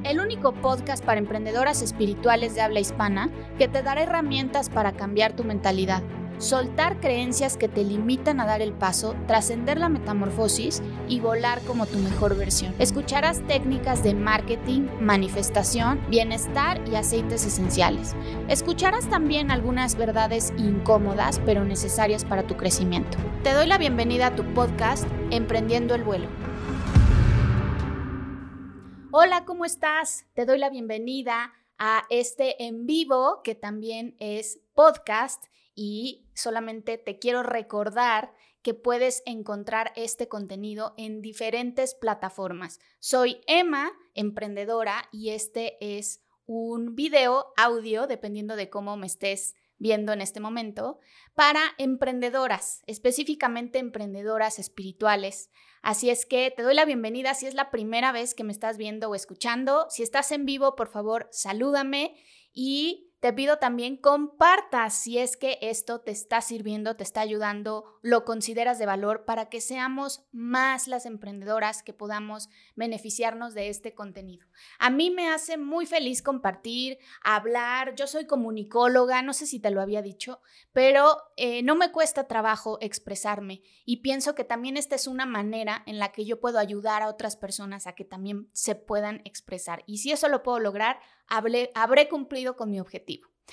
el único podcast para emprendedoras espirituales de habla hispana que te dará herramientas para cambiar tu mentalidad, soltar creencias que te limitan a dar el paso, trascender la metamorfosis y volar como tu mejor versión. Escucharás técnicas de marketing, manifestación, bienestar y aceites esenciales. Escucharás también algunas verdades incómodas pero necesarias para tu crecimiento. Te doy la bienvenida a tu podcast Emprendiendo el Vuelo. Hola, ¿cómo estás? Te doy la bienvenida a este en vivo que también es podcast y solamente te quiero recordar que puedes encontrar este contenido en diferentes plataformas. Soy Emma, emprendedora, y este es un video, audio, dependiendo de cómo me estés viendo en este momento, para emprendedoras, específicamente emprendedoras espirituales. Así es que te doy la bienvenida si es la primera vez que me estás viendo o escuchando. Si estás en vivo, por favor, salúdame y te pido también compartas si es que esto te está sirviendo, te está ayudando, lo consideras de valor para que seamos más las emprendedoras que podamos beneficiarnos de este contenido. A mí me hace muy feliz compartir, hablar. Yo soy comunicóloga, no sé si te lo había dicho, pero no me cuesta trabajo expresarme y pienso que también esta es una manera en la que yo puedo ayudar a otras personas a que también se puedan expresar. Y si eso lo puedo lograr, habré cumplido con mi objetivo.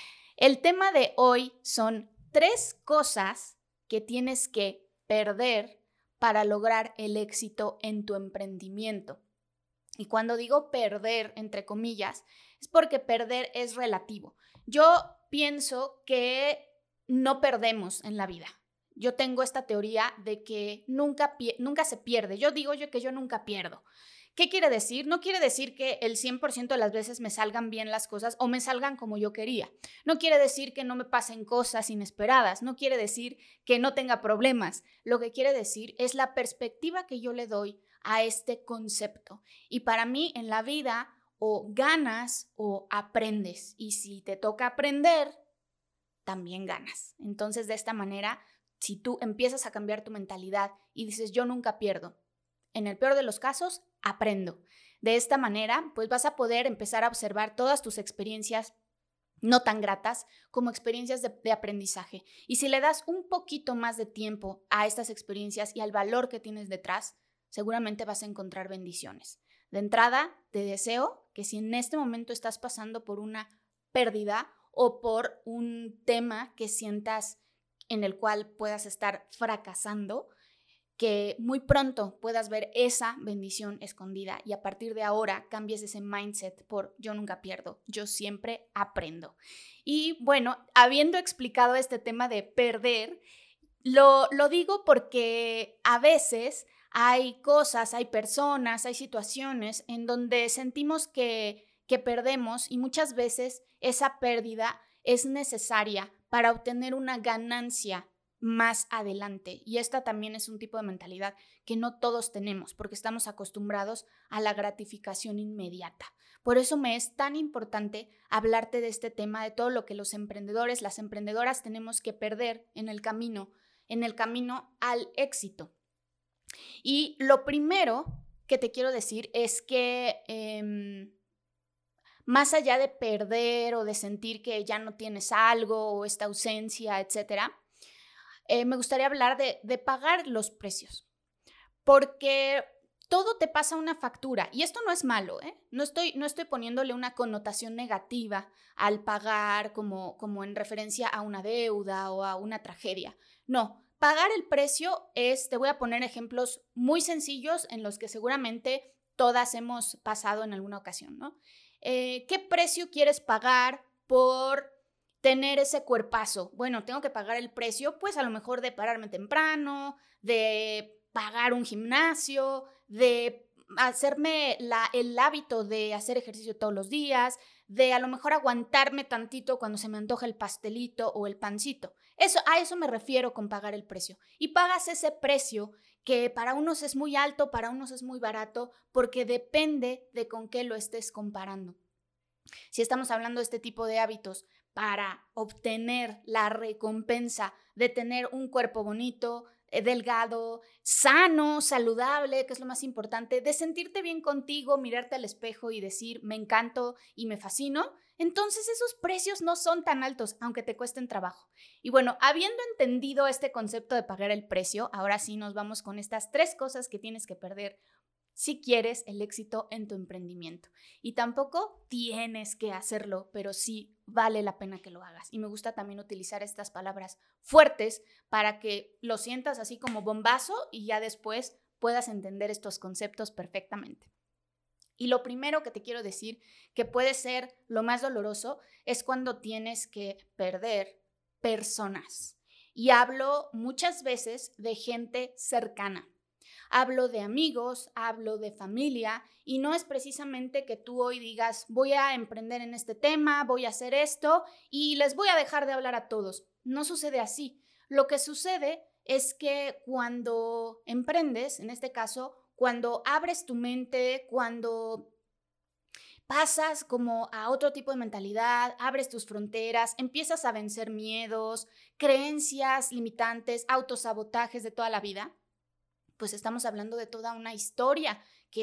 El tema de hoy son 3 cosas que tienes que perder para lograr el éxito en tu emprendimiento. Y cuando digo perder, entre comillas, es porque perder es relativo. Yo pienso que no perdemos en la vida. Yo tengo esta teoría de que nunca se pierde. Yo digo que yo nunca pierdo. ¿Qué quiere decir? No quiere decir que el 100% de las veces me salgan bien las cosas o me salgan como yo quería. No quiere decir que no me pasen cosas inesperadas. No quiere decir que no tenga problemas. Lo que quiere decir es la perspectiva que yo le doy a este concepto. Y para mí en la vida o ganas o aprendes. Y si te toca aprender, también ganas. Entonces, de esta manera, si tú empiezas a cambiar tu mentalidad y dices, yo nunca pierdo, en el peor de los casos, aprendo. De esta manera, pues vas a poder empezar a observar todas tus experiencias no tan gratas como experiencias de aprendizaje. Y si le das un poquito más de tiempo a estas experiencias y al valor que tienes detrás, seguramente vas a encontrar bendiciones. De entrada, te deseo que si en este momento estás pasando por una pérdida o por un tema que sientas en el cual puedas estar fracasando, que muy pronto puedas ver esa bendición escondida y a partir de ahora cambies ese mindset por yo nunca pierdo, yo siempre aprendo. Y bueno, habiendo explicado este tema de perder, lo digo porque a veces hay cosas, hay personas, hay situaciones en donde sentimos que perdemos y muchas veces esa pérdida es necesaria para obtener una ganancia más adelante. Y esta también es un tipo de mentalidad que no todos tenemos porque estamos acostumbrados a la gratificación inmediata. Por eso me es tan importante hablarte de este tema, de todo lo que los emprendedores, las emprendedoras tenemos que perder en el camino al éxito. Y lo primero que te quiero decir es que más allá de perder o de sentir que ya no tienes algo o esta ausencia, etcétera, me gustaría hablar de pagar los precios, porque todo te pasa una factura y esto no es malo, ¿eh? No estoy poniéndole una connotación negativa al pagar como en referencia a una deuda o a una tragedia. No, pagar el precio te voy a poner ejemplos muy sencillos en los que seguramente todas hemos pasado en alguna ocasión, ¿no? ¿Qué precio quieres pagar por tener ese cuerpazo? Bueno, tengo que pagar el precio, pues a lo mejor de pararme temprano, de pagar un gimnasio, de hacerme el hábito de hacer ejercicio todos los días, de a lo mejor aguantarme tantito cuando se me antoja el pastelito o el pancito. A eso me refiero con pagar el precio. Y pagas ese precio que para unos es muy alto, para unos es muy barato, porque depende de con qué lo estés comparando. Si estamos hablando de este tipo de hábitos para obtener la recompensa de tener un cuerpo bonito, delgado, sano, saludable, que es lo más importante, de sentirte bien contigo, mirarte al espejo y decir, me encanto y me fascino, entonces esos precios no son tan altos, aunque te cuesten trabajo. Y bueno, habiendo entendido este concepto de pagar el precio, ahora sí nos vamos con estas 3 cosas que tienes que perder si quieres el éxito en tu emprendimiento. Y tampoco tienes que hacerlo, pero sí vale la pena que lo hagas. Y me gusta también utilizar estas palabras fuertes para que lo sientas así como bombazo y ya después puedas entender estos conceptos perfectamente. Y lo primero que te quiero decir, que puede ser lo más doloroso, es cuando tienes que perder personas. Y hablo muchas veces de gente cercana. Hablo de amigos, hablo de familia y no es precisamente que tú hoy digas voy a emprender en este tema, voy a hacer esto y les voy a dejar de hablar a todos. No sucede así. Lo que sucede es que cuando emprendes, en este caso, cuando abres tu mente, cuando pasas como a otro tipo de mentalidad, abres tus fronteras, empiezas a vencer miedos, creencias limitantes, autosabotajes de toda la vida, pues estamos hablando de toda una historia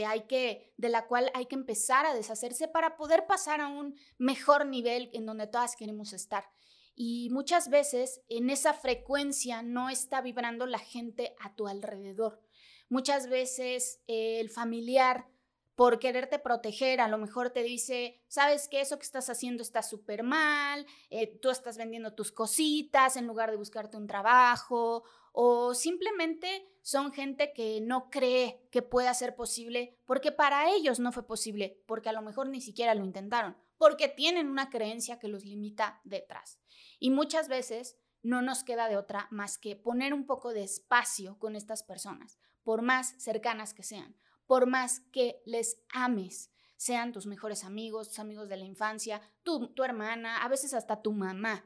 de la cual hay que empezar a deshacerse para poder pasar a un mejor nivel en donde todas queremos estar. Y muchas veces en esa frecuencia no está vibrando la gente a tu alrededor. Muchas veces el familiar, por quererte proteger, a lo mejor te dice, sabes que eso que estás haciendo está súper mal, tú estás vendiendo tus cositas en lugar de buscarte un trabajo, o simplemente son gente que no cree que pueda ser posible porque para ellos no fue posible, porque a lo mejor ni siquiera lo intentaron, porque tienen una creencia que los limita detrás. Y muchas veces no nos queda de otra más que poner un poco de espacio con estas personas, por más cercanas que sean, por más que les ames, sean tus mejores amigos, tus amigos de la infancia, tu hermana, a veces hasta tu mamá.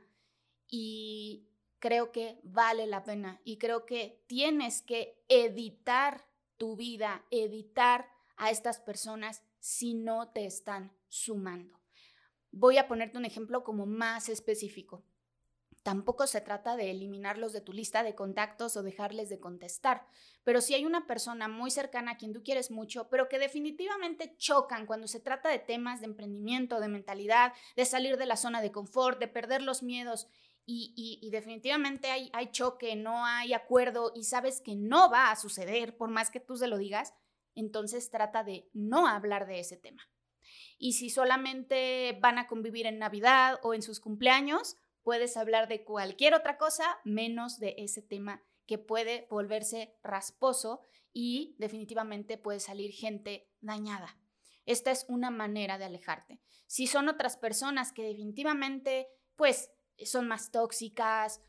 Y creo que vale la pena y creo que tienes que editar tu vida, editar a estas personas si no te están sumando. Voy a ponerte un ejemplo como más específico. Tampoco se trata de eliminarlos de tu lista de contactos o dejarles de contestar, pero si hay una persona muy cercana a quien tú quieres mucho, pero que definitivamente chocan cuando se trata de temas de emprendimiento, de mentalidad, de salir de la zona de confort, de perder los miedos y definitivamente hay choque, no hay acuerdo y sabes que no va a suceder por más que tú se lo digas, entonces trata de no hablar de ese tema. Y si solamente van a convivir en Navidad o en sus cumpleaños, puedes hablar de cualquier otra cosa menos de ese tema que puede volverse rasposo y definitivamente puede salir gente dañada. Esta es una manera de alejarte. Si son otras personas que definitivamente pues son más tóxicas,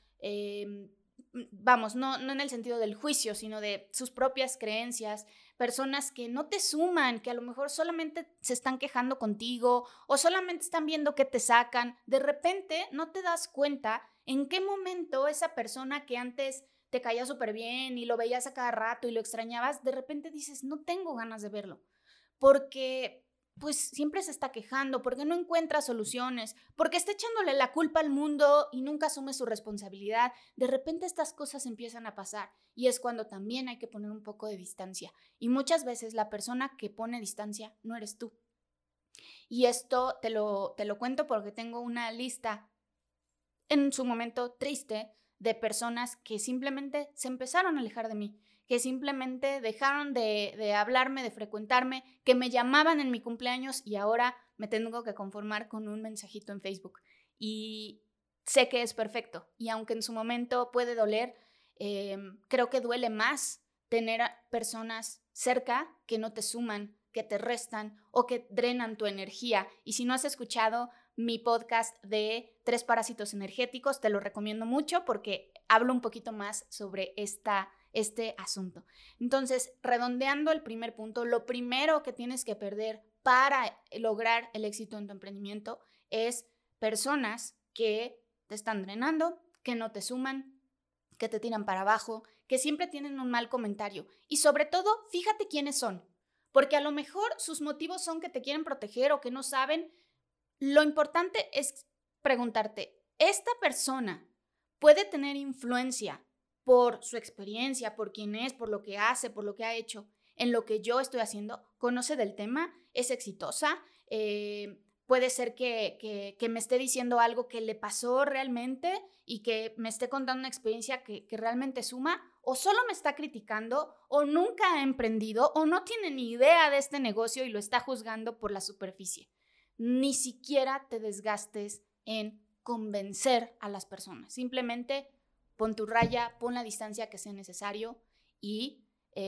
vamos, no en el sentido del juicio, sino de sus propias creencias, personas que no te suman, que a lo mejor solamente se están quejando contigo o solamente están viendo que te sacan, de repente no te das cuenta en qué momento esa persona que antes te caía súper bien y lo veías a cada rato y lo extrañabas, de repente dices, no tengo ganas de verlo, porque pues siempre se está quejando, porque no encuentra soluciones, porque está echándole la culpa al mundo y nunca asume su responsabilidad. De repente estas cosas empiezan a pasar y es cuando también hay que poner un poco de distancia. Y muchas veces la persona que pone distancia no eres tú. Y esto te lo cuento porque tengo una lista en su momento triste de personas que simplemente se empezaron a alejar de mí, que simplemente dejaron de hablarme, de frecuentarme, que me llamaban en mi cumpleaños y ahora me tengo que conformar con un mensajito en Facebook. Y sé que es perfecto y aunque en su momento puede doler, creo que duele más tener a personas cerca que no te suman, que te restan o que drenan tu energía. Y si no has escuchado mi podcast de 3 parásitos energéticos, te lo recomiendo mucho porque hablo un poquito más sobre este asunto. Entonces, redondeando el primer punto, lo primero que tienes que perder para lograr el éxito en tu emprendimiento es personas que te están drenando, que no te suman, que te tiran para abajo, que siempre tienen un mal comentario. Y sobre todo, fíjate quiénes son, porque a lo mejor sus motivos son que te quieren proteger o que no saben. Lo importante es preguntarte, ¿esta persona puede tener influencia por su experiencia, por quién es, por lo que hace, por lo que ha hecho, en lo que yo estoy haciendo, conoce del tema, es exitosa, puede ser que me esté diciendo algo que le pasó realmente y que me esté contando una experiencia que realmente suma, o solo me está criticando, o nunca ha emprendido, o no tiene ni idea de este negocio y lo está juzgando por la superficie. Ni siquiera te desgastes en convencer a las personas. Simplemente pon tu raya, pon la distancia que sea necesario y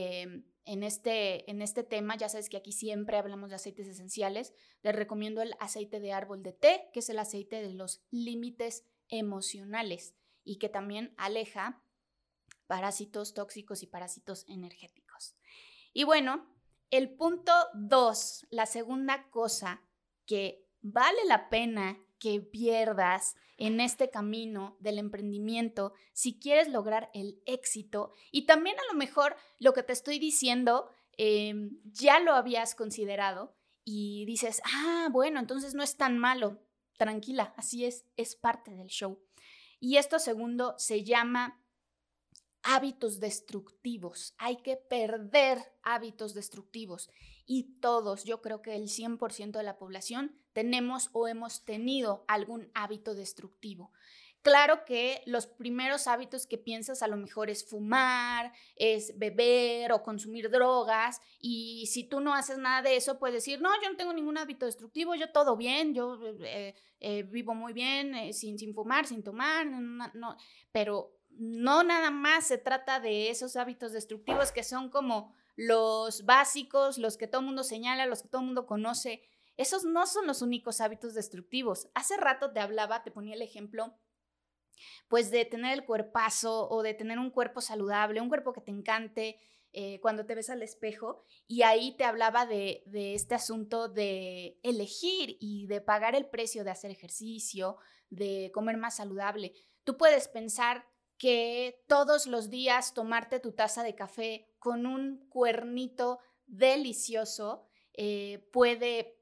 en este tema, ya sabes que aquí siempre hablamos de aceites esenciales, les recomiendo el aceite de árbol de té, que es el aceite de los límites emocionales y que también aleja parásitos tóxicos y parásitos energéticos. Y bueno, el punto 2, la segunda cosa que vale la pena que pierdas en este camino del emprendimiento si quieres lograr el éxito, y también a lo mejor lo que te estoy diciendo ya lo habías considerado y dices, bueno, entonces no es tan malo. Tranquila, así es parte del show. Y esto segundo se llama hábitos destructivos. Hay que perder hábitos destructivos. Y todos, yo creo que el 100% de la población tenemos o hemos tenido algún hábito destructivo. Claro que los primeros hábitos que piensas a lo mejor es fumar, es beber o consumir drogas, y si tú no haces nada de eso, puedes decir, no, yo no tengo ningún hábito destructivo, yo todo bien, yo vivo muy bien, sin fumar, sin tomar, no, pero no nada más se trata de esos hábitos destructivos que son como los básicos, los que todo el mundo señala, los que todo el mundo conoce. Esos no son los únicos hábitos destructivos. Hace rato te ponía el ejemplo, pues de tener el cuerpazo o de tener un cuerpo saludable, un cuerpo que te encante cuando te ves al espejo, y ahí te hablaba de este asunto de elegir y de pagar el precio de hacer ejercicio, de comer más saludable. Tú puedes pensar que todos los días tomarte tu taza de café con un cuernito delicioso puede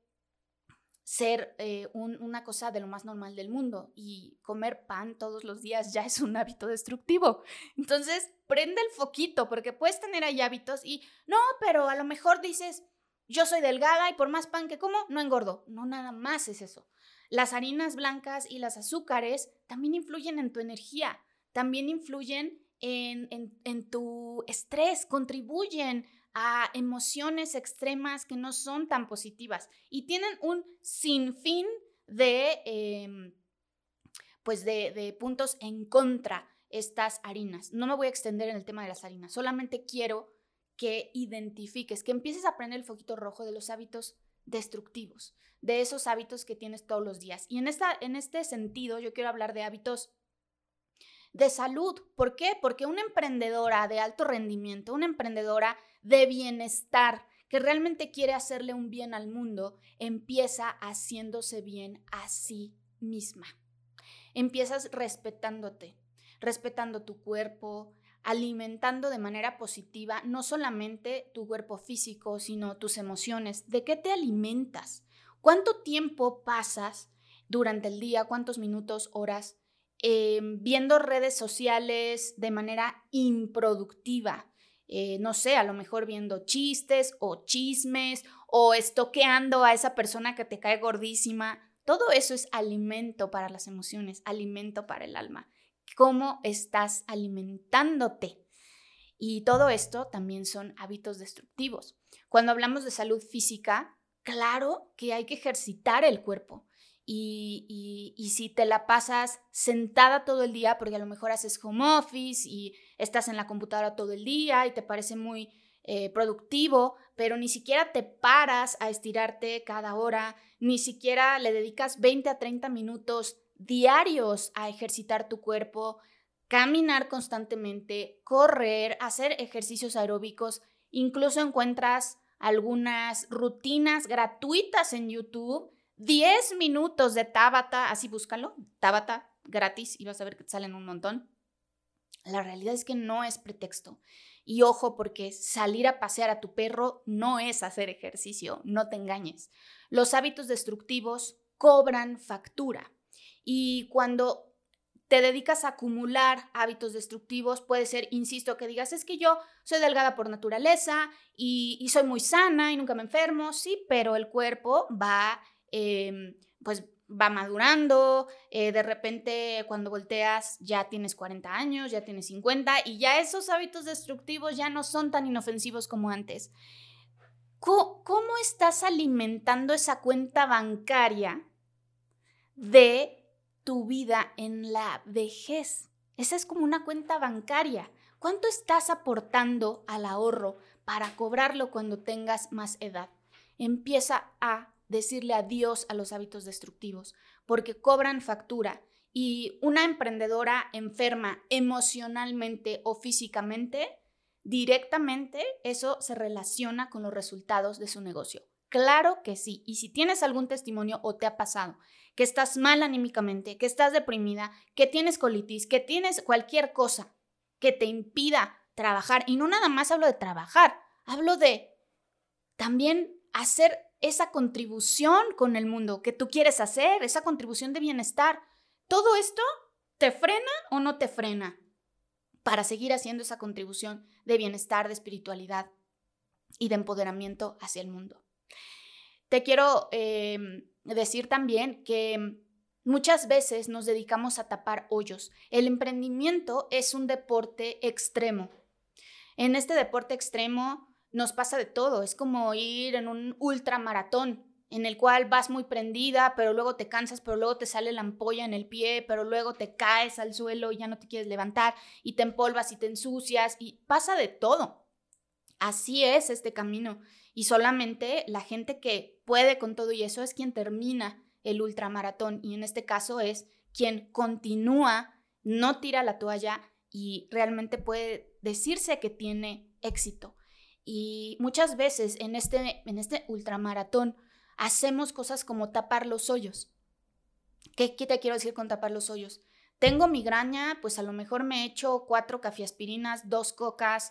ser una cosa de lo más normal del mundo, y comer pan todos los días ya es un hábito destructivo. Entonces, prende el foquito, porque puedes tener ahí hábitos y no, pero a lo mejor dices, yo soy delgada y por más pan que como, no engordo. No, nada más es eso. Las harinas blancas y los azúcares también influyen en tu energía, también influyen en tu estrés, contribuyen a emociones extremas que no son tan positivas y tienen un sinfín de puntos en contra estas harinas. No me voy a extender en el tema de las harinas, solamente quiero que identifiques, que empieces a prender el foquito rojo de los hábitos destructivos, de esos hábitos que tienes todos los días. Y en este sentido yo quiero hablar de hábitos de salud. ¿Por qué? Porque una emprendedora de alto rendimiento, una emprendedora de bienestar, que realmente quiere hacerle un bien al mundo, empieza haciéndose bien a sí misma. Empiezas respetándote, respetando tu cuerpo, alimentando de manera positiva no solamente tu cuerpo físico, sino tus emociones. ¿De qué te alimentas? ¿Cuánto tiempo pasas durante el día? ¿Cuántos minutos, horas? Viendo redes sociales de manera improductiva. No sé, a lo mejor viendo chistes o chismes o estoqueando a esa persona que te cae gordísima. Todo eso es alimento para las emociones, alimento para el alma. ¿Cómo estás alimentándote? Y todo esto también son hábitos destructivos. Cuando hablamos de salud física, claro que hay que ejercitar el cuerpo. Y si te la pasas sentada todo el día, porque a lo mejor haces home office y estás en la computadora todo el día y te parece muy productivo, pero ni siquiera te paras a estirarte cada hora, ni siquiera le dedicas 20 a 30 minutos diarios a ejercitar tu cuerpo, caminar constantemente, correr, hacer ejercicios aeróbicos, incluso encuentras algunas rutinas gratuitas en YouTube. 10 minutos de Tabata, así búscalo, Tabata gratis y vas a ver que te salen un montón. La realidad es que no es pretexto. Y ojo, porque salir a pasear a tu perro no es hacer ejercicio, no te engañes. Los hábitos destructivos cobran factura. Y cuando te dedicas a acumular hábitos destructivos, puede ser, insisto, que digas, es que yo soy delgada por naturaleza y soy muy sana y nunca me enfermo, sí, pero el cuerpo va, pues va madurando, de repente cuando volteas ya tienes 40 años, ya tienes 50 y ya esos hábitos destructivos ya no son tan inofensivos como antes. ¿Cómo estás alimentando esa cuenta bancaria de tu vida en la vejez? Esa es como una cuenta bancaria. ¿Cuánto estás aportando al ahorro para cobrarlo cuando tengas más edad? Empieza a decirle adiós a los hábitos destructivos porque cobran factura y una emprendedora enferma emocionalmente o físicamente, directamente eso se relaciona con los resultados de su negocio. Claro que sí. Y si tienes algún testimonio o te ha pasado que estás mal anímicamente, que estás deprimida, que tienes colitis, que tienes cualquier cosa que te impida trabajar, y no nada más hablo de trabajar, hablo de también hacer esa contribución con el mundo que tú quieres hacer, esa contribución de bienestar. ¿Todo esto te frena o no te frena para seguir haciendo esa contribución de bienestar, de espiritualidad y de empoderamiento hacia el mundo? Te quiero decir también que muchas veces nos dedicamos a tapar hoyos. El emprendimiento es un deporte extremo. En este deporte extremo nos pasa de todo. Es como ir en un ultramaratón en el cual vas muy prendida, pero luego te cansas, pero luego te sale la ampolla en el pie, pero luego te caes al suelo y ya no te quieres levantar y te empolvas y te ensucias y pasa de todo. Así es este camino y solamente la gente que puede con todo y eso es quien termina el ultramaratón y en este caso es quien continúa, no tira la toalla y realmente puede decirse que tiene éxito. Y muchas veces en este ultramaratón hacemos cosas como tapar los hoyos. ¿Qué te quiero decir con tapar los hoyos? Tengo migraña, pues a lo mejor me echo 4 cafiaspirinas, 2 cocas,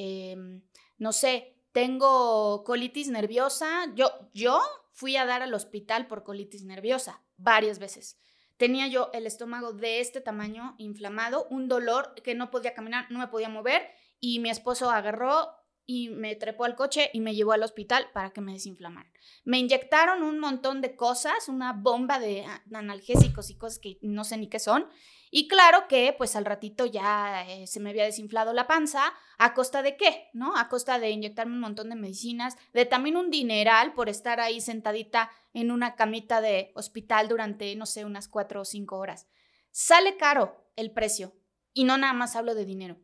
no sé, tengo colitis nerviosa. Yo fui a dar al hospital por colitis nerviosa varias veces. Tenía yo el estómago de este tamaño, inflamado, un dolor que no podía caminar, no me podía mover y mi esposo agarró y me trepó al coche y me llevó al hospital para que me desinflamaran. Me inyectaron un montón de cosas, una bomba de analgésicos y cosas que no sé ni qué son. Y claro que pues al ratito ya se me había desinflado la panza. ¿A costa de qué? ¿No? A costa de inyectarme un montón de medicinas, de también un dineral por estar ahí sentadita en una camita de hospital durante, no sé, unas 4 o 5 horas. Sale caro el precio y no nada más hablo de dinero.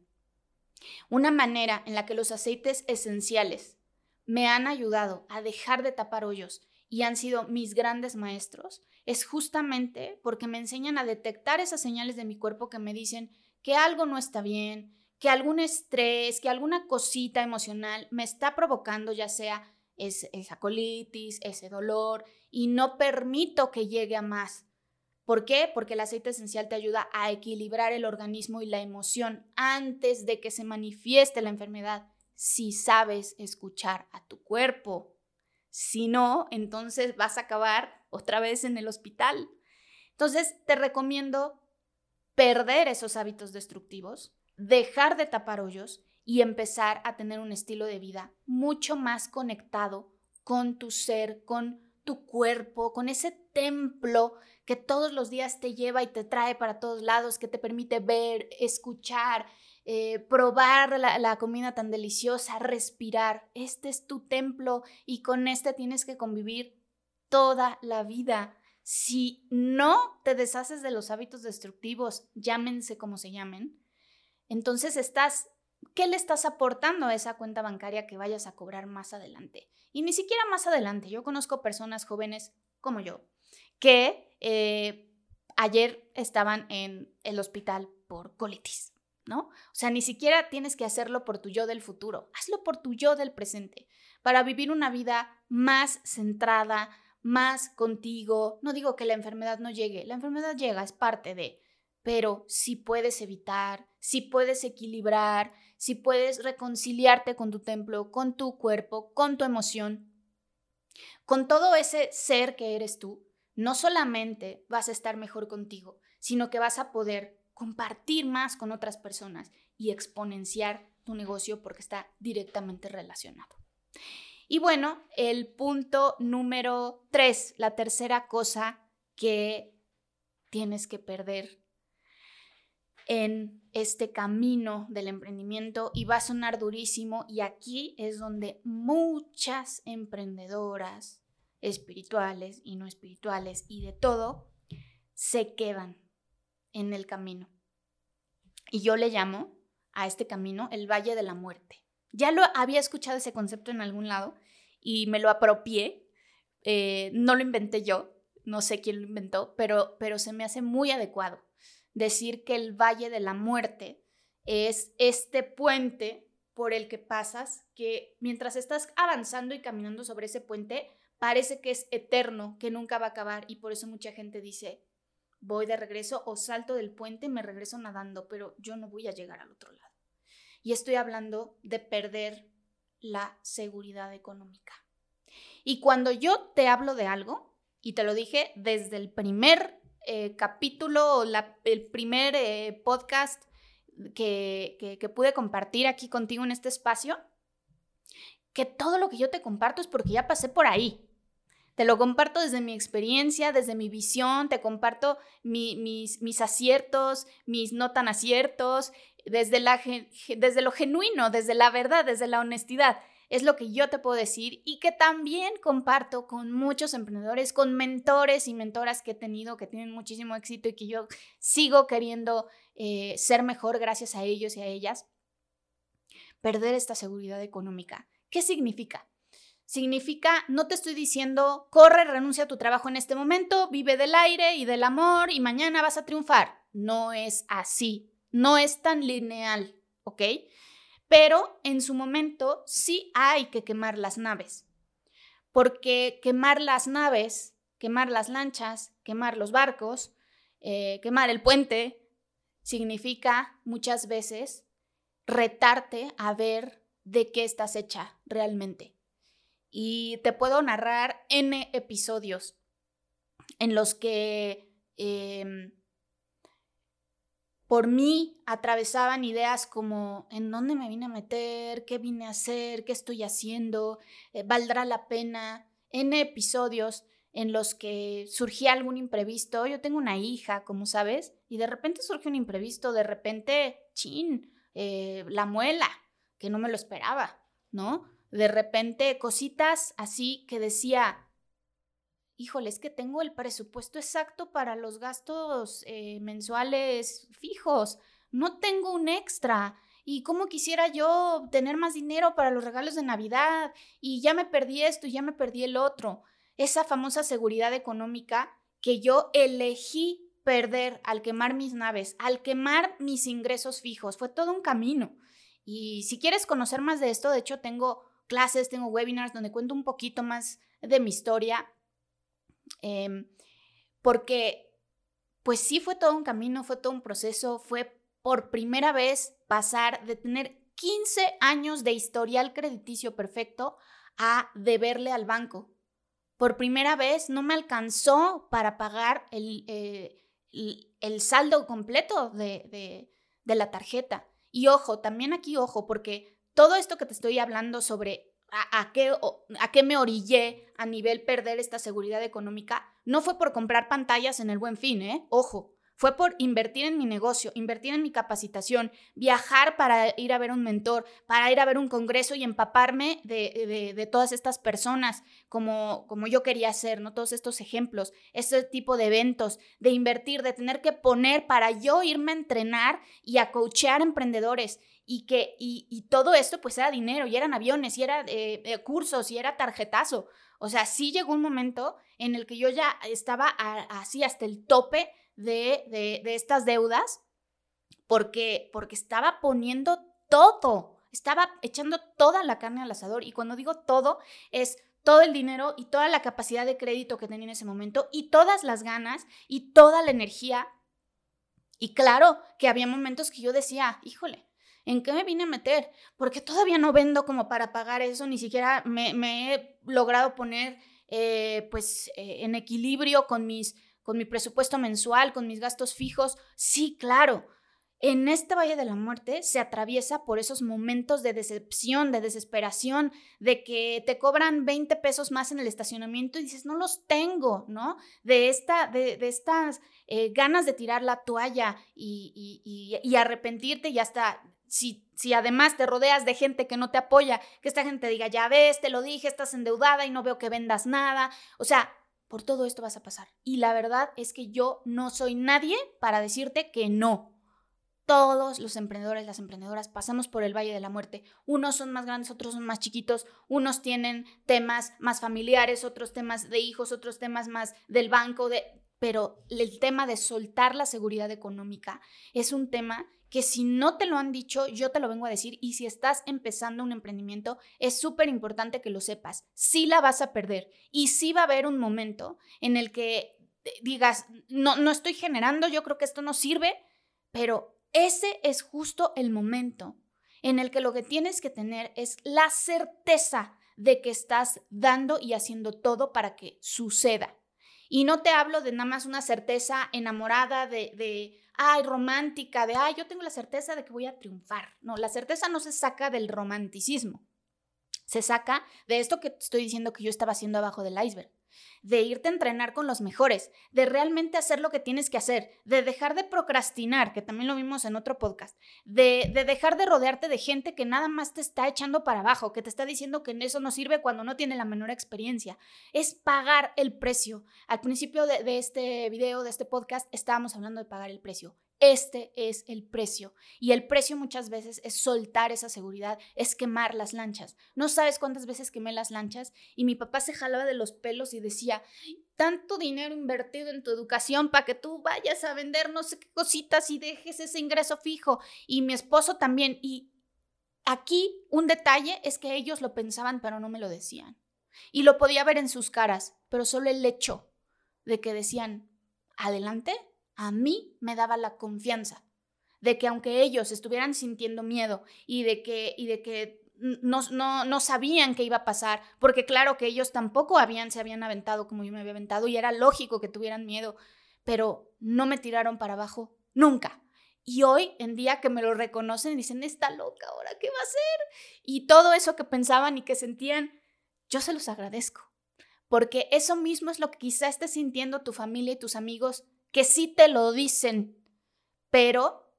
Una manera en la que los aceites esenciales me han ayudado a dejar de tapar hoyos y han sido mis grandes maestros es justamente porque me enseñan a detectar esas señales de mi cuerpo que me dicen que algo no está bien, que algún estrés, que alguna cosita emocional me está provocando, ya sea esa colitis, ese dolor, y no permito que llegue a más. ¿Por qué? Porque el aceite esencial te ayuda a equilibrar el organismo y la emoción antes de que se manifieste la enfermedad, si sabes escuchar a tu cuerpo. Si no, entonces vas a acabar otra vez en el hospital. Entonces, te recomiendo perder esos hábitos destructivos, dejar de tapar hoyos y empezar a tener un estilo de vida mucho más conectado con tu ser, con tu cuerpo, con ese templo que todos los días te lleva y te trae para todos lados, que te permite ver, escuchar, probar la comida tan deliciosa, respirar. Este es tu templo y con este tienes que convivir toda la vida. Si no te deshaces de los hábitos destructivos, llámense como se llamen, entonces ¿qué le estás aportando a esa cuenta bancaria que vayas a cobrar más adelante? Y ni siquiera más adelante. Yo conozco personas jóvenes como yo que ayer estaban en el hospital por colitis, ¿no? O sea, ni siquiera tienes que hacerlo por tu yo del futuro, hazlo por tu yo del presente, para vivir una vida más centrada, más contigo. No digo que la enfermedad no llegue, la enfermedad llega, es parte de, pero si puedes evitar, si puedes equilibrar, si puedes reconciliarte con tu templo, con tu cuerpo, con tu emoción, con todo ese ser que eres tú, no solamente vas a estar mejor contigo, sino que vas a poder compartir más con otras personas y exponenciar tu negocio porque está directamente relacionado. Y bueno, el punto número 3, la tercera cosa que tienes que perder en este camino del emprendimiento, y va a sonar durísimo, y aquí es donde muchas emprendedoras espirituales y no espirituales y de todo se quedan en el camino. Y yo le llamo a este camino el Valle de la Muerte. Ya lo había escuchado ese concepto en algún lado y me lo apropié. No lo inventé yo, no sé quién lo inventó, pero se me hace muy adecuado decir que el Valle de la Muerte es este puente por el que pasas, que mientras estás avanzando y caminando sobre ese puente, parece que es eterno, que nunca va a acabar, y por eso mucha gente dice, voy de regreso o salto del puente y me regreso nadando, pero yo no voy a llegar al otro lado. Y estoy hablando de perder la seguridad económica. Y cuando yo te hablo de algo, y te lo dije desde el primer capítulo, el primer podcast que pude compartir aquí contigo en este espacio, que todo lo que yo te comparto es porque ya pasé por ahí. Te lo comparto desde mi experiencia, desde mi visión, te comparto mis aciertos, mis no tan aciertos, desde lo genuino, desde la verdad, desde la honestidad. Es lo que yo te puedo decir y que también comparto con muchos emprendedores, con mentores y mentoras que he tenido, que tienen muchísimo éxito y que yo sigo queriendo ser mejor gracias a ellos y a ellas. Perder esta seguridad económica. ¿Qué significa? Significa, no te estoy diciendo, corre, renuncia a tu trabajo en este momento, vive del aire y del amor y mañana vas a triunfar. No es así, no es tan lineal, ¿ok? Pero en su momento sí hay que quemar las naves, porque quemar las naves, quemar las lanchas, quemar los barcos, quemar el puente, significa muchas veces retarte a ver de qué estás hecha realmente. Y te puedo narrar N episodios en los que por mí atravesaban ideas como ¿en dónde me vine a meter? ¿Qué vine a hacer? ¿Qué estoy haciendo? ¿Valdrá la pena? N episodios en los que surgía algún imprevisto. Yo tengo una hija, como sabes, y de repente surge un imprevisto, de repente, la muela, que no me lo esperaba, ¿no? De repente cositas así que decía, híjole, es que tengo el presupuesto exacto para los gastos mensuales fijos, no tengo un extra. Y cómo quisiera yo tener más dinero para los regalos de Navidad, y ya me perdí esto y ya me perdí el otro. Esa famosa seguridad económica que yo elegí perder al quemar mis naves, al quemar mis ingresos fijos. Fue todo un camino. Y si quieres conocer más de esto, de hecho tengo clases, tengo webinars donde cuento un poquito más de mi historia, porque pues sí fue todo un camino, fue todo un proceso, fue por primera vez pasar de tener 15 años de historial crediticio perfecto a deberle al banco. Por primera vez no me alcanzó para pagar el saldo completo de la tarjeta. Y ojo, también aquí ojo, porque todo esto que te estoy hablando sobre a qué me orillé a nivel perder esta seguridad económica, no fue por comprar pantallas en el Buen Fin, ojo. Fue por invertir en mi negocio, invertir en mi capacitación, viajar para ir a ver un mentor, para ir a ver un congreso y empaparme de todas estas personas como yo quería hacer, ¿no? Todos estos ejemplos, este tipo de eventos, de invertir, de tener que poner para yo irme a entrenar y a coachear emprendedores. Y todo esto pues era dinero, y eran aviones, y era cursos, y era tarjetazo. O sea, sí llegó un momento en el que yo ya estaba así hasta el tope de estas deudas porque estaba poniendo todo, estaba echando toda la carne al asador. Y cuando digo todo, es todo el dinero y toda la capacidad de crédito que tenía en ese momento y todas las ganas y toda la energía. Y claro que había momentos que yo decía, híjole, ¿en qué me vine a meter? Porque todavía no vendo como para pagar eso, ni siquiera me he logrado poner en equilibrio con mis con mi presupuesto mensual, con mis gastos fijos. Sí, claro. En este Valle de la Muerte se atraviesa por esos momentos de decepción, de desesperación, de que te cobran 20 pesos más en el estacionamiento y dices, no los tengo, ¿no? De estas ganas de tirar la toalla y arrepentirte y hasta si además te rodeas de gente que no te apoya, que esta gente diga, ya ves, te lo dije, estás endeudada y no veo que vendas nada. O sea, por todo esto vas a pasar. Y la verdad es que yo no soy nadie para decirte que no. Todos los emprendedores, las emprendedoras pasamos por el Valle de la Muerte. Unos son más grandes, otros son más chiquitos, unos tienen temas más familiares, otros temas de hijos, otros temas más del banco, pero el tema de soltar la seguridad económica es un tema que si no te lo han dicho, yo te lo vengo a decir, y si estás empezando un emprendimiento, es súper importante que lo sepas. Sí la vas a perder y sí va a haber un momento en el que digas, no estoy generando, yo creo que esto no sirve, pero ese es justo el momento en el que lo que tienes que tener es la certeza de que estás dando y haciendo todo para que suceda. Y no te hablo de nada más una certeza enamorada romántica, yo tengo la certeza de que voy a triunfar. No, la certeza no se saca del romanticismo. Se saca de esto que te estoy diciendo que yo estaba haciendo abajo del iceberg, de irte a entrenar con los mejores, de realmente hacer lo que tienes que hacer, de dejar de procrastinar, que también lo vimos en otro podcast, de dejar de rodearte de gente que nada más te está echando para abajo, que te está diciendo que en eso no sirve cuando no tiene la menor experiencia. Es pagar el precio. Al principio de este video, de este podcast, estábamos hablando de pagar el precio. Este es el precio. Y el precio muchas veces es soltar esa seguridad, es quemar las lanchas. No sabes cuántas veces quemé las lanchas y mi papá se jalaba de los pelos y decía, tanto dinero invertido en tu educación para que tú vayas a vender no sé qué cositas y dejes ese ingreso fijo. Y mi esposo también. Y aquí un detalle es que ellos lo pensaban pero no me lo decían. Y lo podía ver en sus caras, pero solo el hecho de que decían, adelante, a mí me daba la confianza de que aunque ellos estuvieran sintiendo miedo y de que no sabían qué iba a pasar, porque claro que ellos tampoco se habían aventado como yo me había aventado y era lógico que tuvieran miedo, pero no me tiraron para abajo nunca. Y hoy en día que me lo reconocen y dicen, está loca, ¿ahora qué va a hacer? Y todo eso que pensaban y que sentían, yo se los agradezco, porque eso mismo es lo que quizá estés sintiendo tu familia y tus amigos, que sí te lo dicen, pero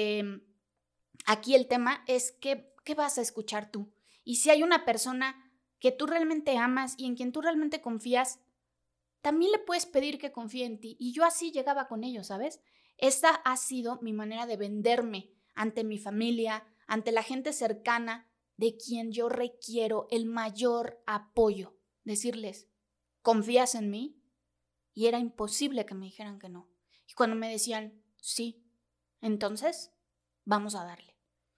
aquí el tema es ¿qué vas a escuchar tú? Y si hay una persona que tú realmente amas y en quien tú realmente confías, también le puedes pedir que confíe en ti. Y yo así llegaba con ellos, ¿sabes? Esta ha sido mi manera de venderme ante mi familia, ante la gente cercana, de quien yo requiero el mayor apoyo. Decirles, ¿confías en mí? Y era imposible que me dijeran que no. Y cuando me decían, sí, entonces vamos a darle.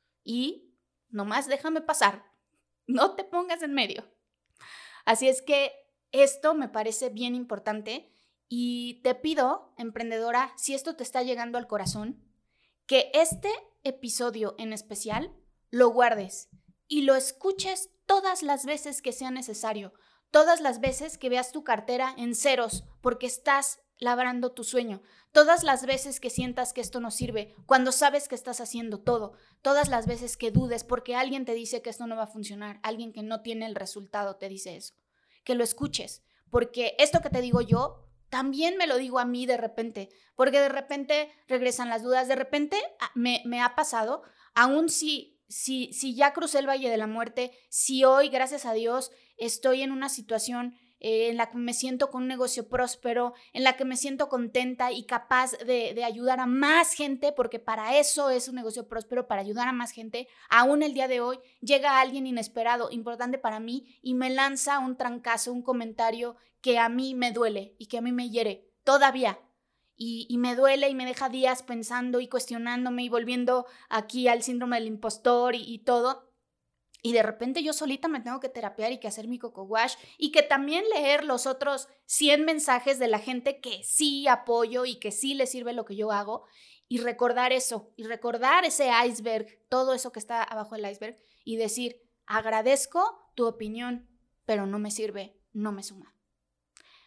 Y nomás déjame pasar, no te pongas en medio. Así es que esto me parece bien importante y te pido, emprendedora, si esto te está llegando al corazón, que este episodio en especial lo guardes y lo escuches todas las veces que sea necesario. Todas las veces que veas tu cartera en ceros porque estás labrando tu sueño, todas las veces que sientas que esto no sirve, cuando sabes que estás haciendo todo, todas las veces que dudes porque alguien te dice que esto no va a funcionar, alguien que no tiene el resultado te dice eso, que lo escuches, porque esto que te digo yo, también me lo digo a mí de repente, porque de repente regresan las dudas, de repente me ha pasado, aún si ya crucé el Valle de la Muerte, si hoy, gracias a Dios, estoy en una situación en la que me siento con un negocio próspero, en la que me siento contenta y capaz de ayudar a más gente, porque para eso es un negocio próspero, para ayudar a más gente. Aún el día de hoy llega alguien inesperado, importante para mí, y me lanza un trancazo, un comentario que a mí me duele y que a mí me hiere todavía. Y me duele y me deja días pensando y cuestionándome y volviendo aquí al síndrome del impostor y todo. Y de repente yo solita me tengo que terapiar y que hacer mi coco wash y que también leer los otros 100 mensajes de la gente que sí apoyo y que sí les sirve lo que yo hago y recordar eso, y recordar ese iceberg, todo eso que está abajo del iceberg y decir, agradezco tu opinión, pero no me sirve, no me suma.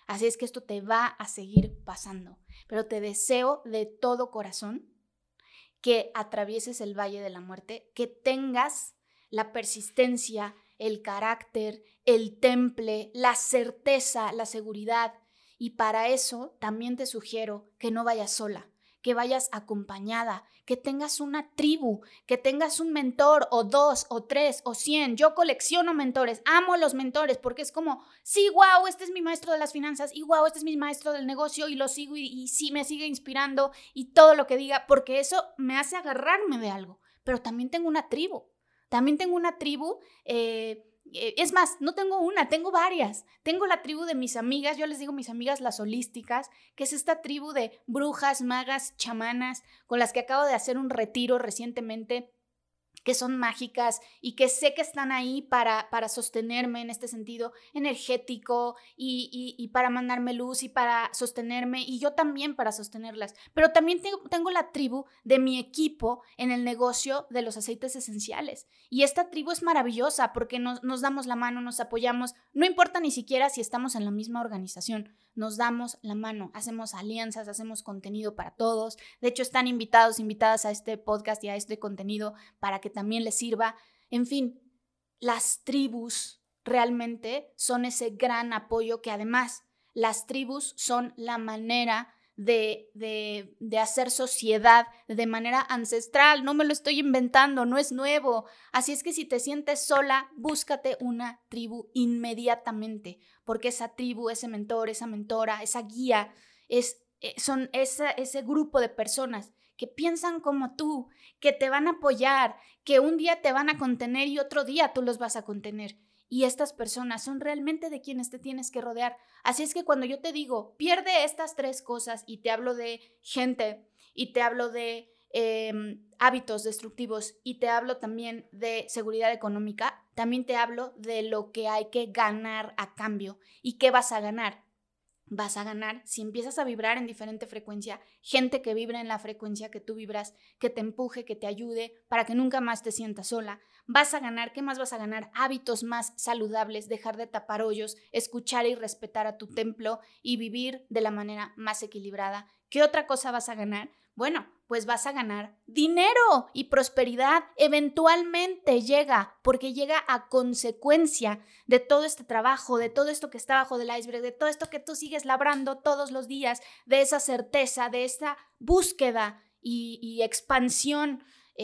Así es que esto te va a seguir pasando, pero te deseo de todo corazón que atravieses el valle de la muerte, que tengas la persistencia, el carácter, el temple, la certeza, la seguridad. Y para eso también te sugiero que no vayas sola, que vayas acompañada, que tengas una tribu, que tengas un mentor o 2 o 3 o 100. Yo colecciono mentores, amo los mentores porque es como, sí, wow, este es mi maestro de las finanzas y wow, este es mi maestro del negocio y lo sigo y sí me sigue inspirando y todo lo que diga, porque eso me hace agarrarme de algo. Pero también tengo una tribu. Es más, no tengo una, tengo varias. Tengo la tribu de mis amigas, yo les digo mis amigas las holísticas, que es esta tribu de brujas, magas, chamanas, con las que acabo de hacer un retiro recientemente, que son mágicas y que sé que están ahí para sostenerme en este sentido energético y para mandarme luz y para sostenerme y yo también para sostenerlas. Pero también tengo la tribu de mi equipo en el negocio de los aceites esenciales. Y esta tribu es maravillosa porque nos damos la mano, nos apoyamos, no importa ni siquiera si estamos en la misma organización, nos damos la mano, hacemos alianzas, hacemos contenido para todos. De hecho, están invitadas a este podcast y a este contenido para que también les sirva. En fin, las tribus realmente son ese gran apoyo que además las tribus son la manera de hacer sociedad de manera ancestral. No me lo estoy inventando, no es nuevo. Así es que si te sientes sola, búscate una tribu inmediatamente, porque esa tribu, ese mentor, esa mentora, esa guía, son ese grupo de personas que piensan como tú, que te van a apoyar, que un día te van a contener y otro día tú los vas a contener. Y estas personas son realmente de quienes te tienes que rodear. Así es que cuando yo te digo, pierde estas 3 cosas y te hablo de gente y te hablo de hábitos destructivos y te hablo también de seguridad económica, también te hablo de lo que hay que ganar a cambio. ¿Y qué vas a ganar? Vas a ganar si empiezas a vibrar en diferente frecuencia, gente que vibra en la frecuencia que tú vibras, que te empuje, que te ayude para que nunca más te sientas sola. Vas a ganar, ¿qué más vas a ganar? Hábitos más saludables, dejar de tapar hoyos, escuchar y respetar a tu templo y vivir de la manera más equilibrada. ¿Qué otra cosa vas a ganar? Bueno, pues vas a ganar dinero y prosperidad. Eventualmente llega, porque llega a consecuencia de todo este trabajo, de todo esto que está bajo del iceberg, de todo esto que tú sigues labrando todos los días, de esa certeza, de esa búsqueda y expansión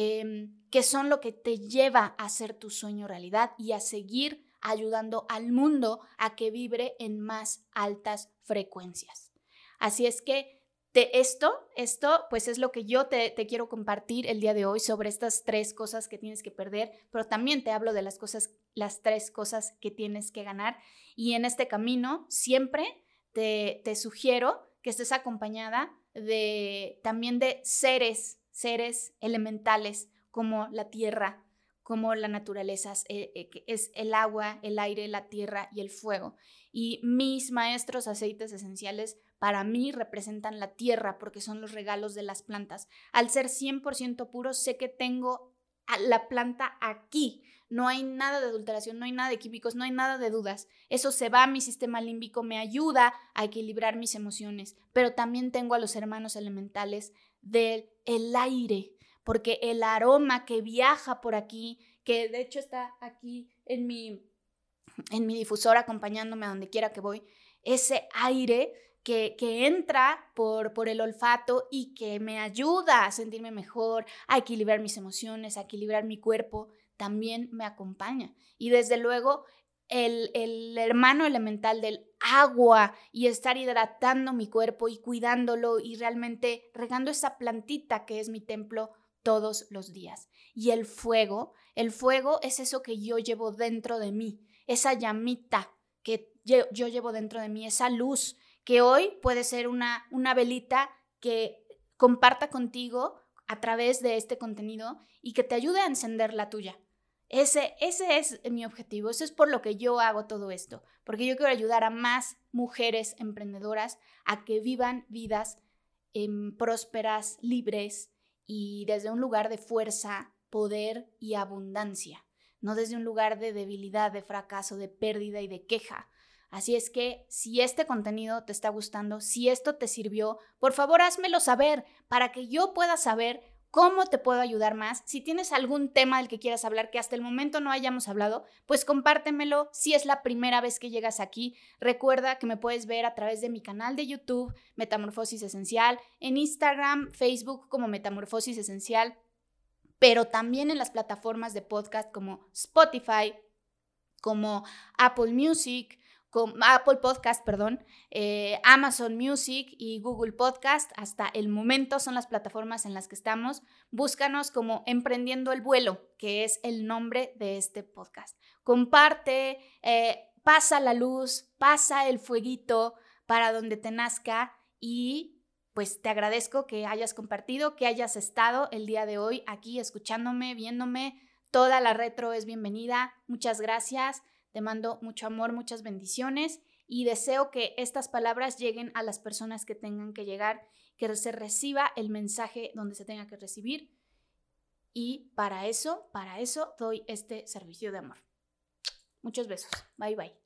que son lo que te lleva a hacer tu sueño realidad y a seguir ayudando al mundo a que vibre en más altas frecuencias. Así es que esto pues es lo que yo te quiero compartir el día de hoy sobre estas 3 cosas que tienes que perder, pero también te hablo de las 3 cosas que tienes que ganar. Y en este camino siempre te sugiero que estés acompañada también de seres elementales como la tierra, como la naturaleza, que es el agua, el aire, la tierra y el fuego. Y mis maestros aceites esenciales para mí representan la tierra porque son los regalos de las plantas. Al ser 100% puro, sé que tengo a la planta aquí. No hay nada de adulteración, no hay nada de químicos, no hay nada de dudas. Eso se va a mi sistema límbico, me ayuda a equilibrar mis emociones. Pero también tengo a los hermanos elementales del aire, porque el aroma que viaja por aquí, que de hecho está aquí en mi difusor acompañándome a donde quiera que voy, ese aire que entra por el olfato y que me ayuda a sentirme mejor, a equilibrar mis emociones, a equilibrar mi cuerpo, también me acompaña. Y desde luego el hermano elemental del agua y estar hidratando mi cuerpo y cuidándolo y realmente regando esa plantita que es mi templo todos los días. Y el fuego es eso que yo llevo dentro de mí, esa llamita que yo llevo dentro de mí, esa luz que hoy puede ser una velita que comparta contigo a través de este contenido y que te ayude a encender la tuya. Ese es mi objetivo, eso es por lo que yo hago todo esto, porque yo quiero ayudar a más mujeres emprendedoras a que vivan vidas prósperas, libres y desde un lugar de fuerza, poder y abundancia, no desde un lugar de debilidad, de fracaso, de pérdida y de queja. Así es que si este contenido te está gustando, si esto te sirvió, por favor házmelo saber para que yo pueda saber cómo te puedo ayudar más. Si tienes algún tema del que quieras hablar que hasta el momento no hayamos hablado, pues compártemelo. Si es la primera vez que llegas aquí, recuerda que me puedes ver a través de mi canal de YouTube, Metamorfosis Esencial, en Instagram, Facebook como Metamorfosis Esencial, pero también en las plataformas de podcast como Spotify, como Apple Music, Apple Podcast, Amazon Music y Google Podcast. Hasta el momento son las plataformas en las que estamos. Búscanos como Emprendiendo el Vuelo, que es el nombre de este podcast. Comparte, pasa la luz, pasa el fueguito para donde te nazca y pues te agradezco que hayas compartido, que hayas estado el día de hoy aquí escuchándome, viéndome. Toda la retro es bienvenida. Muchas gracias. Te mando mucho amor, muchas bendiciones y deseo que estas palabras lleguen a las personas que tengan que llegar, que se reciba el mensaje donde se tenga que recibir. Y para eso doy este servicio de amor. Muchos besos. Bye, bye.